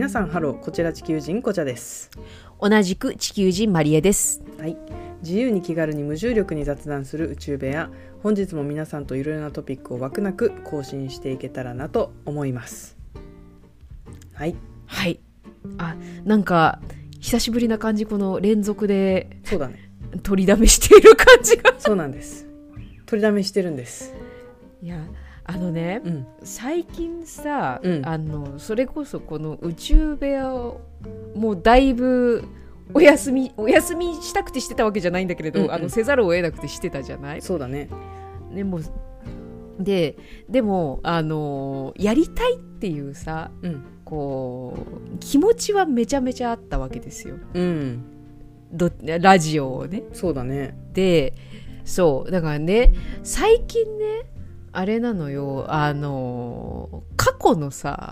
皆さんハロー、こちら地球人こちゃです。 同じく地球人マリエです。 はい、自由に気軽に無重力に雑談する宇宙部屋、本日も皆さんといろいろなトピックを枠なく更新していけたらなと思います。はいはい、なんか久しぶりな感じ、この連続でそうだね、 取りだめしている感じがそうなんです、取りだめしてるんです。 いや最近さ、それこそこの宇宙部屋をもうだいぶお休みしたくてしてたわけじゃないんだけれど、せざるを得なくてしてたじゃない。 そうだね。 でもやりたいっていうさ、こう気持ちはめちゃめちゃあったわけですよ、ラジオをね。そうだね。で、そうだからね、最近ねあれなのよ、過去のさ、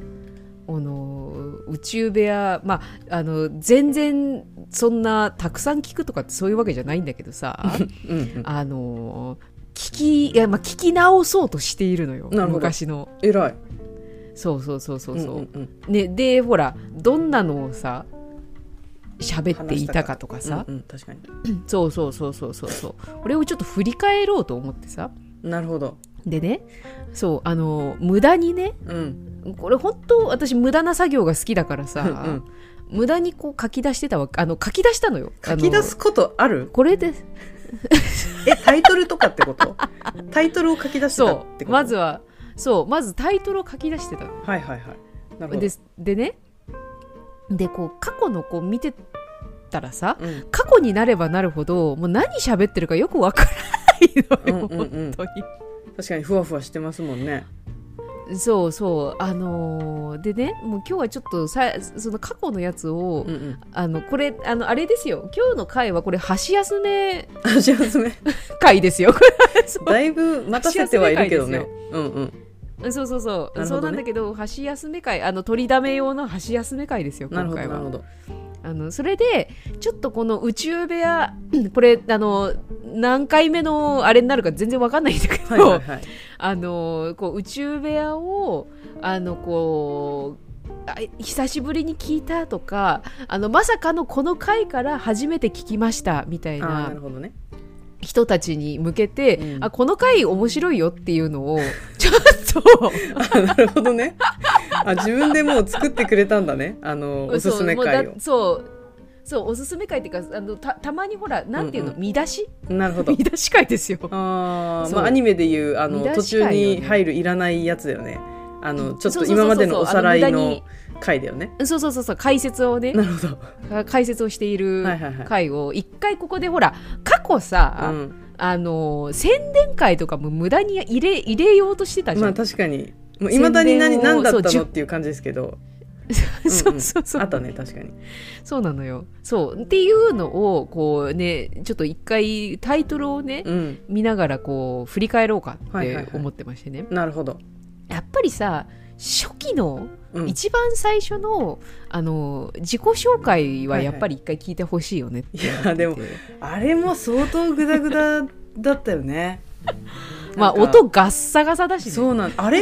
宇宙部屋、全然そんなたくさん聞くとかってそういうわけじゃないんだけどさ聞き直そうとしているのよ、昔の。 偉い。 そう、ね、でほらどんなのをさ喋っていたかとかさ、 確かにそうこれをちょっと振り返ろうと思ってさ。 なるほど。 でね、そう無駄にね、これ本当私無駄な作業が好きだからさ、無駄にこう書き出してたわけ。書き出したのよ。 書き出すことある？ これでタイトルとかってこと？タイトルを書き出してたってこと？ まずタイトルを書き出してたの。 はい。なるほど。 でね、でこう過去のこう見てたらさ、過去になればなるほどもう何喋ってるかよくわからないのよ、本当に。 確かにふわふわしてますもんね。 そうでね、もう今日はちょっとその過去のやつを、これあれですよ、今日の回はこれ箸休め回ですよだいぶ待たせてはいるけどね。 そうなんだけど、箸休め会、取りだめ用の箸休め会ですよ、今回は。なるほど。それでちょっとこの宇宙部屋これ何回目のあれになるか全然わかんないんだけど、こう宇宙部屋をこう久しぶりに聞いたとか、まさかのこの回から初めて聞きましたみたいな人たちに向けて、この回面白いよっていうのをちょっとなるほどね。自分でもう作ってくれたんだね、おすすめ回を。 そうおすすめ回っていうか、たまにほらなんていうの、見出し。 なるほど。 見出し回ですよ。 アニメでいう途中に入るいらないやつだよね。ちょっと今までのおさらいの回だよね。 そう解説をね。なるほど。解説をしている回を一回ここでほら過去さ、宣伝会とかも無駄に入れようとしてたじゃん。 確かにいまだに何だったのっていう感じですけど。あったね、確かに。 そうなのよ。そうっていうのをこうね、ちょっと一回タイトルをね、見ながらこう振り返ろうかって思ってましてね。 なるほど。 やっぱりさ、初期の、一番最初の自己紹介はやっぱり一回聞いてほしいよねって。 いやでもあれも相当グダグダだったよね。 音ガッサガサだしね。 そうなん、あれ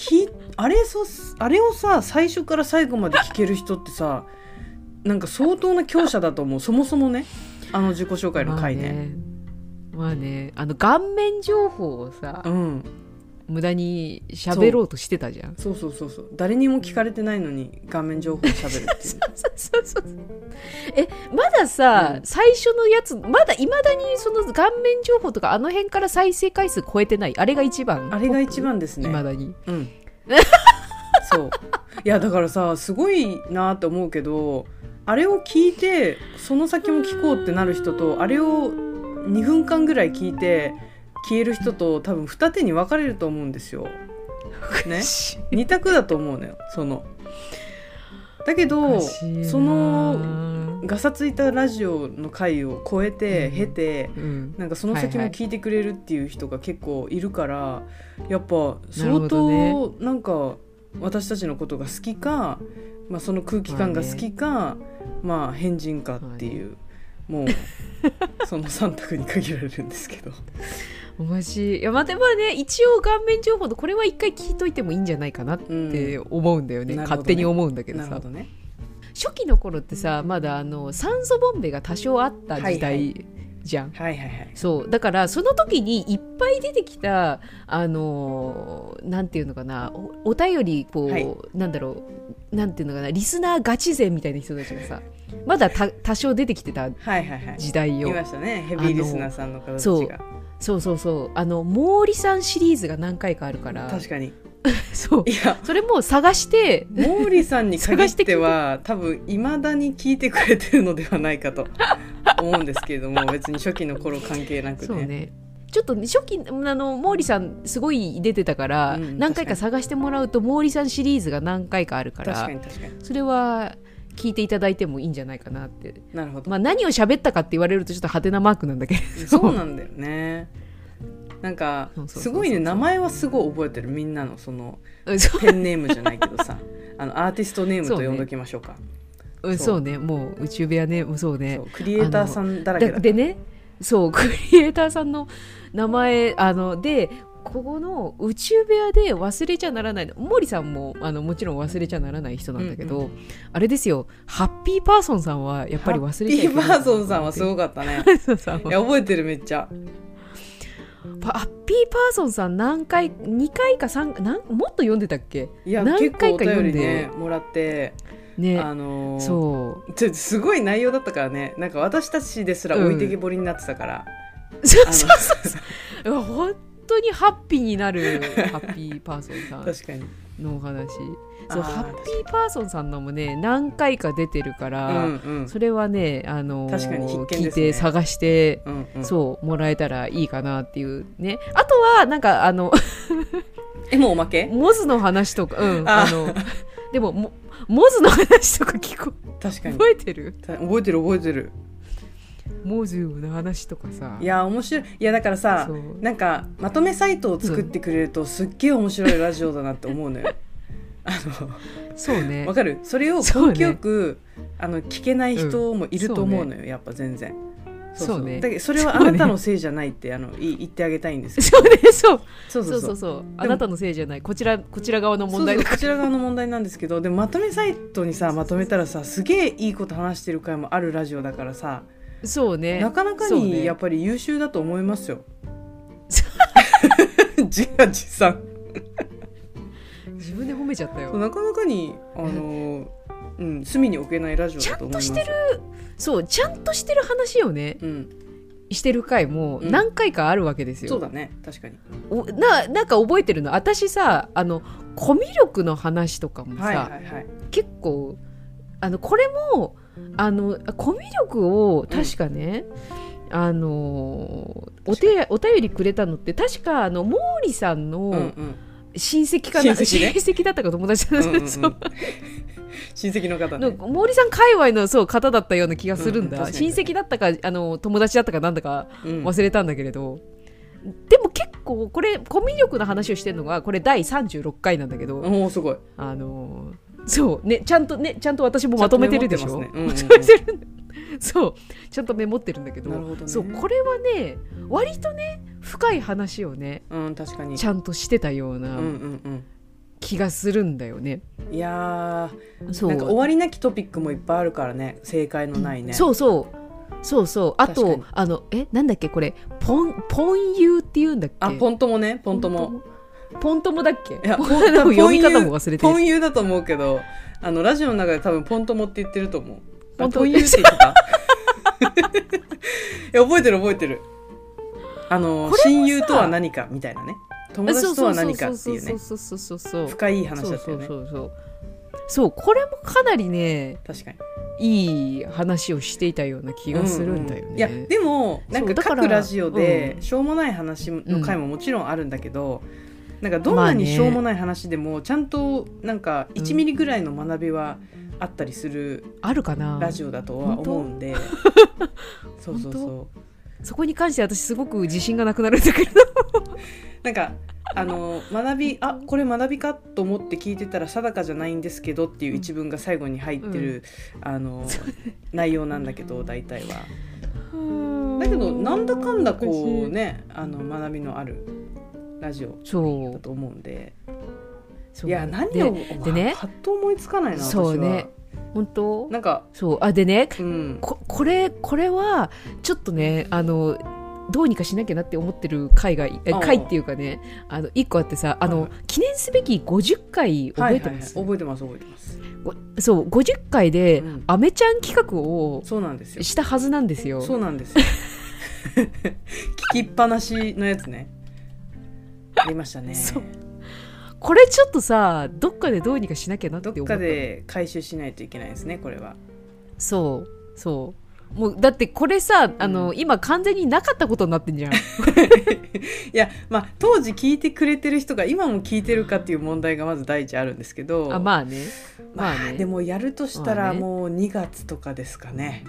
をさ最初から最後まで聞ける人ってさ、なんか相当な強者だと思う。そもそもね、自己紹介の回ね。 顔面情報をさ、無駄に喋ろうとしてたじゃん。 そう誰にも聞かれてないのに顔面情報を喋るっていうまださ、最初のやつまだいまだにその顔面情報とか辺から再生回数超えてない。あれが一番ですね、いまだに。そういやだからさ、すごいなって思うけど、あれを聞いてその先も聞こうってなる人と、あれを2分間ぐらい聞いて消える人と多分二手に分かれると思うんですよ、ね、二択だと思うのよ。だけどそのガサついたラジオの回を超えて、経て、なんかその先も聞いてくれるっていう人が結構いるから、やっぱ相当なんか私たちのことが好きか、その空気感が好きか、変人かっていうもうその3択に限られるんですけどマジいや、まあ、でもね一応顔面情報のこれは一回聞いといてもいいんじゃないかなって思うんだよね、勝手に思うんだけどさ。 ね、 初期の頃ってさまだ酸素ボンベが多少あった時代じゃん、 はいはいはい、 そうだからその時にいっぱい出てきたなんていうのかな お便りこう、はい、なんだろうなんていうのかなリスナーガチ勢みたいな人たちがさまだ多少出てきてた時代よ、 いましたね、ヘビーリスナーさんの方たちが。 そう毛利さんシリーズが何回かあるから。 確かにそういやそれも探して毛利さんに限っては多分いまだに聞いてくれてるのではないかと思うんですけれども別に初期の頃関係なくね。 そうねちょっと初期毛利さんすごい出てたから、何回か探してもらうと毛利さんシリーズが何回かあるから確かにそれは聞いていただいてもいいんじゃないかなって。 なるほど、 まあ、何を喋ったかって言われるとちょっとハテナマークなんだけどそうなんだよね。なんかすごいね、名前はすごい覚えてる、みんなのそのペンネームじゃないけどさアーティストネームと呼んどきましょうか。 そうねもう宇宙部屋ねそうねクリエイターさんだらけだからでねそうクリエイターさんの名前でここの宇宙部屋で忘れちゃならない毛利さんももちろん忘れちゃならない人なんだけど、あれですよハッピーパーソンさんはやっぱり忘れちゃいけない。 ハッピーパーソンさんはすごかったねいや覚えてるめっちゃ。 ハッピーパーソンさん何回2回か3もっと読んでたっけ。 いや何回か読んで、ね、もらってねそうすごい内容だったからね。なんか私たちですら置いてけぼりになってたから、 そう本当にハッピーになるハッピーパーソンさん確かにのお話そうハッピーパーソンさんのもね何回か出てるから、それはね確かに必見ですね、聞いて探して、そうもらえたらいいかなっていうね。あとはなんかもうおまけモズの話とかでもモズの話とか聞こう。 確かに覚えてるモズの話とかさ。 いや面白い。いやだからさなんかまとめサイトを作ってくれるとすっげえ面白いラジオだなって思うのよそうねわかる。それを根気よく、聞けない人もいると思うのよ、やっぱ全然。そうね。だけどそれはあなたのせいじゃないって言ってあげたいんですけど。 そうあなたのせいじゃない、こちら側の問題だから。 こちら側の問題なんですけど、でもまとめサイトにさまとめたらさすげえいいこと話してる回もあるラジオだからさ。そうね。なかなかにやっぱり優秀だと思いますよ。自画自賛。 自分で褒めちゃったよ。 なかなかに隅に置けないラジオだと思います。 ちゃんとしてる話をね、してる回も何回かあるわけですよ。 そうだね確かに。 なんか覚えてるの私さコミュ力の話とかもさ、結構これもコミュ力を確かね、お便りくれたのって確か毛利さんの親戚かな、親戚だったか友達だった、 親戚の方ね。 毛利さん界隈の方だったような気がするんだ、親戚だったか友達だったかなんだか忘れたんだけれど、でも結構これコミュ力の話をしてるのがこれ第36回なんだけど、 おすごいそうねちゃんと私もまとめてるでしょ。そうちゃんとメモってるんだけど、そうこれはね割とね深い話をね、確かにちゃんとしてたような気がするんだよね。 いやーなんか終わりなきトピックもいっぱいあるからね、正解のないね。そうあとなんだっけこれポンユーっていうんだっけ。 ポントモねポントモだっけ。いや読み方も忘れてる。 ポンユーだと思うけどラジオの中で多分ポントモって言ってると思う。ポンユーって言ってたいや覚えてる親友とは何かみたいなね、友達とは何かっていうね深い話だったよね。 そうこれもかなりね確かにいい話をしていたような気がするんだよね。 いやでもなんか各ラジオでしょうもない話の回ももちろんあるんだけど、なんかどんなにしょうもない話でもちゃんとなんか1ミリぐらいの学びはあったりするラジオだとは思うんでそこに関して私すごく自信がなくなるんだけどなんか学びこれ学びかと思って聞いてたら定かじゃないんですけどっていう一文が最後に入ってる、内容なんだけど大体はだけどなんだかんだこうね学びのあるラジオだと思うんで、いや何をでねパッと思いつかないな。 そうね、本当なんかそうでね、これはちょっとねどうにかしなきゃなって思ってる回っていうかね1個あってさ記念すべき50回覚えてます？ 覚えてます。 そう50回で、アメちゃん企画をしたはずなんですよ。 そうなんですよ聞きっぱなしのやつね、ありましたね。 そうこれちょっとさどっかでどうにかしなきゃなって思った。 どっかで回収しないといけないですねこれは。 そうもうだってこれさ今完全になかったことになってんじゃんいやまあ当時聞いてくれてる人が今も聞いてるかっていう問題がまず第一あるんですけど、 まあねでもやるとしたらもう2月とかですかね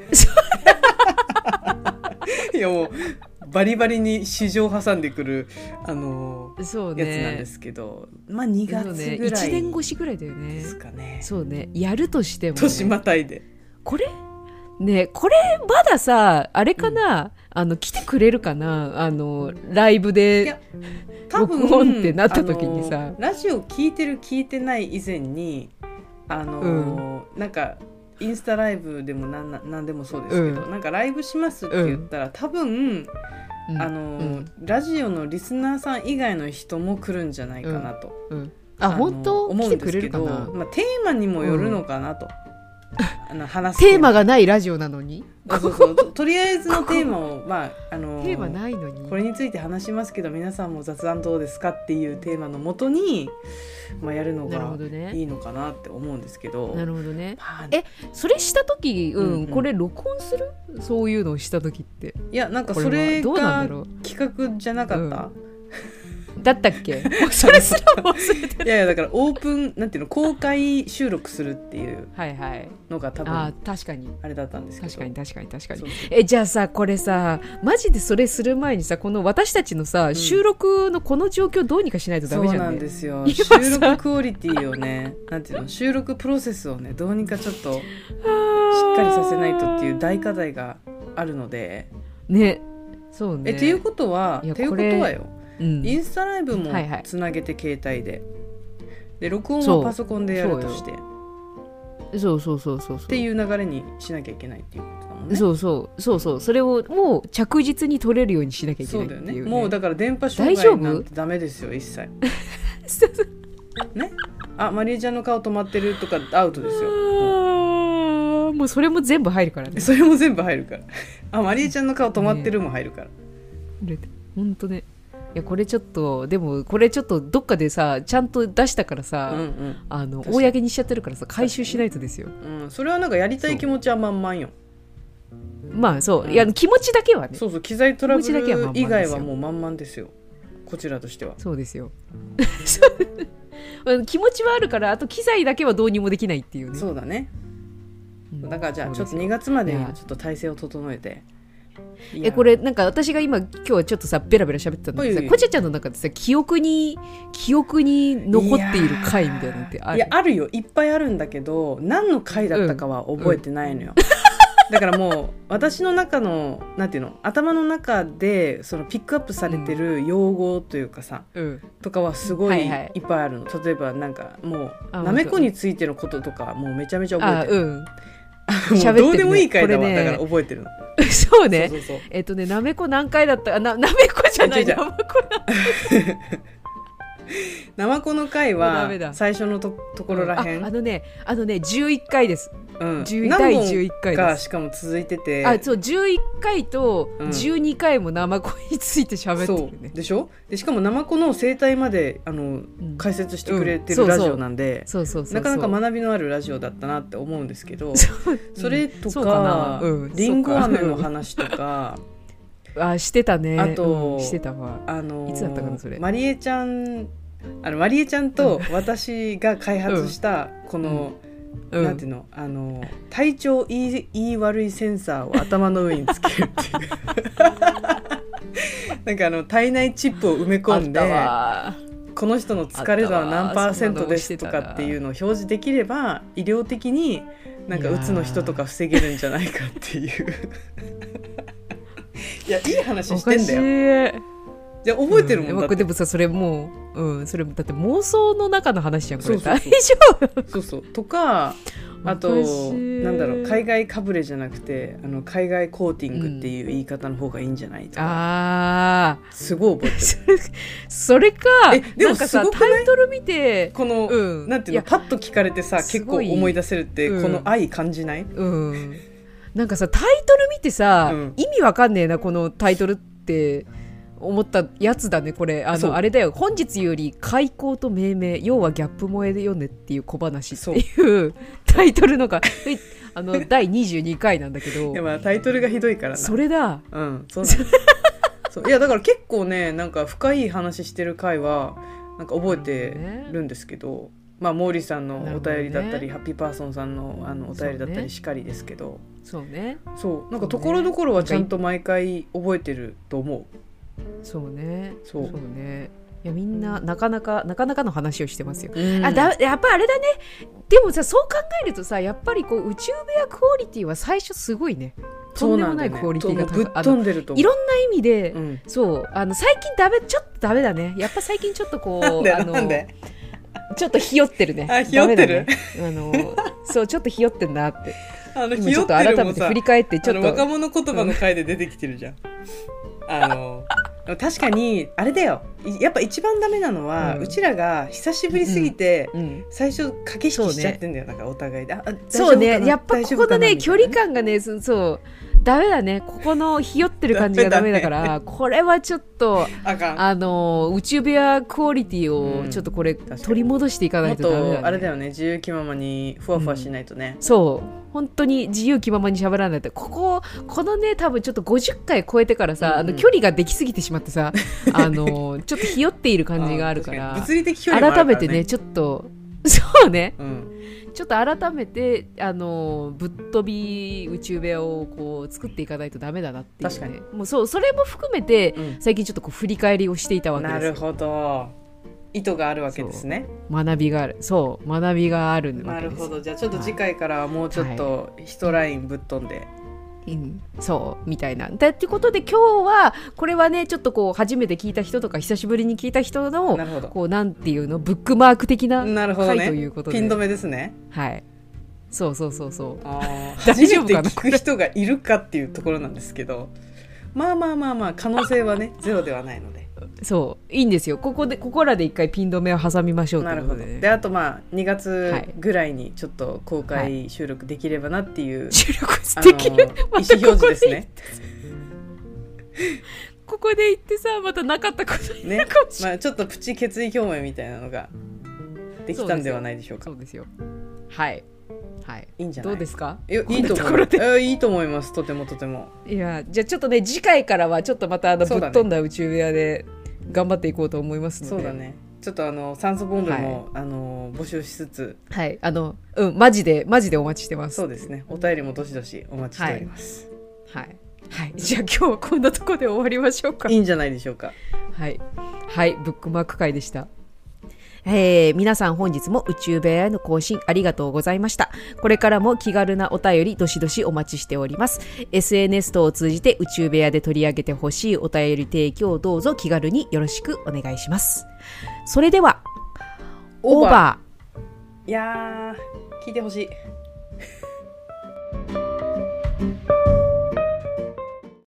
いやもうバリバリに市場挟んでくるそうね、やつなんですけど、まあ2月ぐらい 1年越しぐらいだよねですかね。 そうね、やるとしても、ね、 年またいでこれまださあれかな、来てくれるかなライブで録音ってなった時にさ、 ラジオ聞いてる聞いてない以前になんかインスタライブでもなんでもそうですけど、なんかライブしますって言ったら、多分ラジオのリスナーさん以外の人も来るんじゃないかなと、 本当思うんですけど、テーマにもよるのかなと、話すテーマがないラジオなのにそうとりあえずのテーマを、 テーマないのにこれについて話しますけど皆さんも雑談どうですかっていうテーマのもとに、やるのがいいのかなって思うんですけど。 なるほどね。それした時、これ録音する？そういうのをした時って。 いやなんかそれが企画じゃなかった？ だったっけそれすら忘れてる。 いやだからオープンなんていうの公開収録するっていうのが多分確かにあれだったんですけど、 確かにじゃあさこれさマジでそれする前にさこの私たちのさ、収録のこの状況どうにかしないとダメじゃんね。 そうなんですよ。収録クオリティをねなんていうの収録プロセスをねどうにかちょっとしっかりさせないとっていう大課題があるのでね。そうね。 っていうことはよ、インスタライブもつなげて携帯で録音はパソコンでやるとしてそうっていう流れにしなきゃいけないっていうことだもんね。 そうそれをもう着実に取れるようにしなきゃいけないっていう、ね、 そうだよね。もうだから電波障害なんてダメですよ一切ね。マリエちゃんの顔止まってるとかアウトですよ。 もうそれも全部入るからね。 それも全部入るからマリエちゃんの顔止まってるも入るから、 ほんとね。いやこれちょっとでもこれちょっとどっかでさちゃんと出したからさ、公にしちゃってるからさ回収しないとですよ、 それはなんかやりたい気持ちは満々よ。 まあそう、いや気持ちだけはね。 そう機材トラブル以外はもう満々ですよこちらとしては。 そうですよ気持ちはあるからあと機材だけはどうにもできないっていうね。 そうだね、だからじゃあちょっと2月までにちょっと体制を整えて。 これなんか私が今日はちょっとさベラベラ喋ってたんだけどさ、こちゃちゃんの中でさ記憶に残っている回みたいなのってある？ いやあるよ、いっぱいあるんだけど何の回だったかは覚えてないのよ、だからもう私の中のなんていうの頭の中でそのピックアップされてる用語というかさ、とかはすごいいっぱいあるの。例えばなんかもうなめこについてのこととかもうめちゃめちゃ覚えてる。もうどうでもいい回だわ、だから覚えてるの。 そうね。なめこ何回だったなめこじゃないなまこの回は最初のところらへん、 11回です、第11回です。 しかも続いててそう11回と12回もナマコについて喋ってるね、 でしょ。でしかもナマコの生態まで解説してくれてるラジオなんで、なかなか学びのあるラジオだったなって思うんですけど、それとかリンゴ飴の話とかしてたね。 あと、 してたわ。いつだったかなそれ。 マリエちゃんと私が開発したこの、なんていうの体調いい悪いセンサーを頭の上につけるっていうなんか体内チップを埋め込んでこの人の疲れ度は何%ですとかっていうのを表示できれば医療的になんかうつの人とか防げるんじゃないかっていうやいい話してんだよ。じゃ覚えてるもん、だって。 でもさそれもう、それだって妄想の中の話じゃんこれ。大丈夫？ そうそうとかあとなんだろう、海外かぶれじゃなくて海外コーティングっていう言い方の方がいいんじゃないとか、 あすごい覚えてる。 それかでもなんかさタイトル見てこの、なんていうの、パッと聞かれてさ結構思い出せるって、この愛感じない？ なんかさタイトル見てさ、意味わかんねえなこのタイトルって思ったやつだねこれ。あれだよ、本日より開口と命名、要はギャップ萌えよねっていう小話っていうタイトルのが第22回なんだけど、 いやまあタイトルがひどいからな。 それだ。 そうだそういやだから結構ねなんか深い話してる回はなんか覚えてるんですけど、まあ毛利さんのお便りだったり、ハッピーパーソンさんのお便りだったりしかりですけど、そうなんかところどころはちゃんと毎回覚えてると思う。 そうね。いやみんななかなかの話をしてますよ。やっぱあれだね。でもさそう考えるとさやっぱりこう宇宙部屋クオリティは最初すごいね。とんでもないクオリティがぶっ飛んでると思う。 いろんな意味で、そう最近ちょっとダメだね。やっぱ最近ちょっとこうなんでちょっとひよってるね。 ひよってる、 そうちょっとひよってんなって。 今ちょっと改めて振り返ってちょっと若者言葉の回で出てきてるじゃん。確かにあれだよ、やっぱ一番ダメなのは、うちらが久しぶりすぎて、最初駆け引きしちゃってんだよ、なんかお互いで。 そうね、やっぱここのね距離感がね、そうダメだね、ここのひよってる感じがダメだからこれはちょっと宇宙部屋クオリティをちょっとこれ取り戻していかないとダメだね。 もっとあれだよね、自由気ままにふわふわしないとね。 そう本当に自由気ままに喋らないと。このね多分ちょっと50回超えてからさ、距離ができすぎてしまってさちょっとひよっている感じがあるから物理的距離もあるからね。 改めてねちょっとそうね、ちょっと改めてぶっ飛び宇宙部屋をこう作っていかないとダメだなっていう、ね、 確かにもうそれも含めて、最近ちょっとこう振り返りをしていたわけですよ。 なるほど、意図があるわけですね。 学びがある。そう学びがあるわけです。 なるほど。じゃあちょっと次回からはもうちょっと一ラインぶっ飛んで、そうみたいな。っていうことで今日はこれはねちょっとこう初めて聞いた人とか久しぶりに聞いた人のこうなんていうのブックマーク的な回ということで、 ピン止めですね。 はい。そう初めて聞く人がいるかっていうところなんですけど、まあ可能性はねゼロではないので。 そういいんですよ。ここらで一回ピン止めを挟みましょうということで、ね、 なるほど。であと2月ぐらいにちょっと公開収録できればなっていう、 収録できる、 意思表示ですね。 ここで言ってさまたなかったことになるかもしれない、 ちょっとプチ決意表明みたいなのができたんではないでしょうか。 そうですよ。はいいいんじゃない。 どうですか。 いいと思います。とても。 いやじゃあちょっとね次回からはちょっとまたぶっ飛んだ宇宙部屋で頑張っていこうと思いますので。 そうだね。ちょっと酸素ボンベも、募集しつつ、 はいマジでお待ちしてます。 そうですね。お便りもどしどしお待ちしております。 はいじゃあ今日はこんなところで終わりましょうか。 いいんじゃないでしょうか。 はいブックマーク会でした。皆さん本日も宇宙部屋への更新ありがとうございました。これからも気軽なお便りどしどしお待ちしております。 SNS 等を通じて宇宙部屋で取り上げてほしいお便り提供どうぞ気軽によろしくお願いします。それではオーバー。 いやー聞いてほしい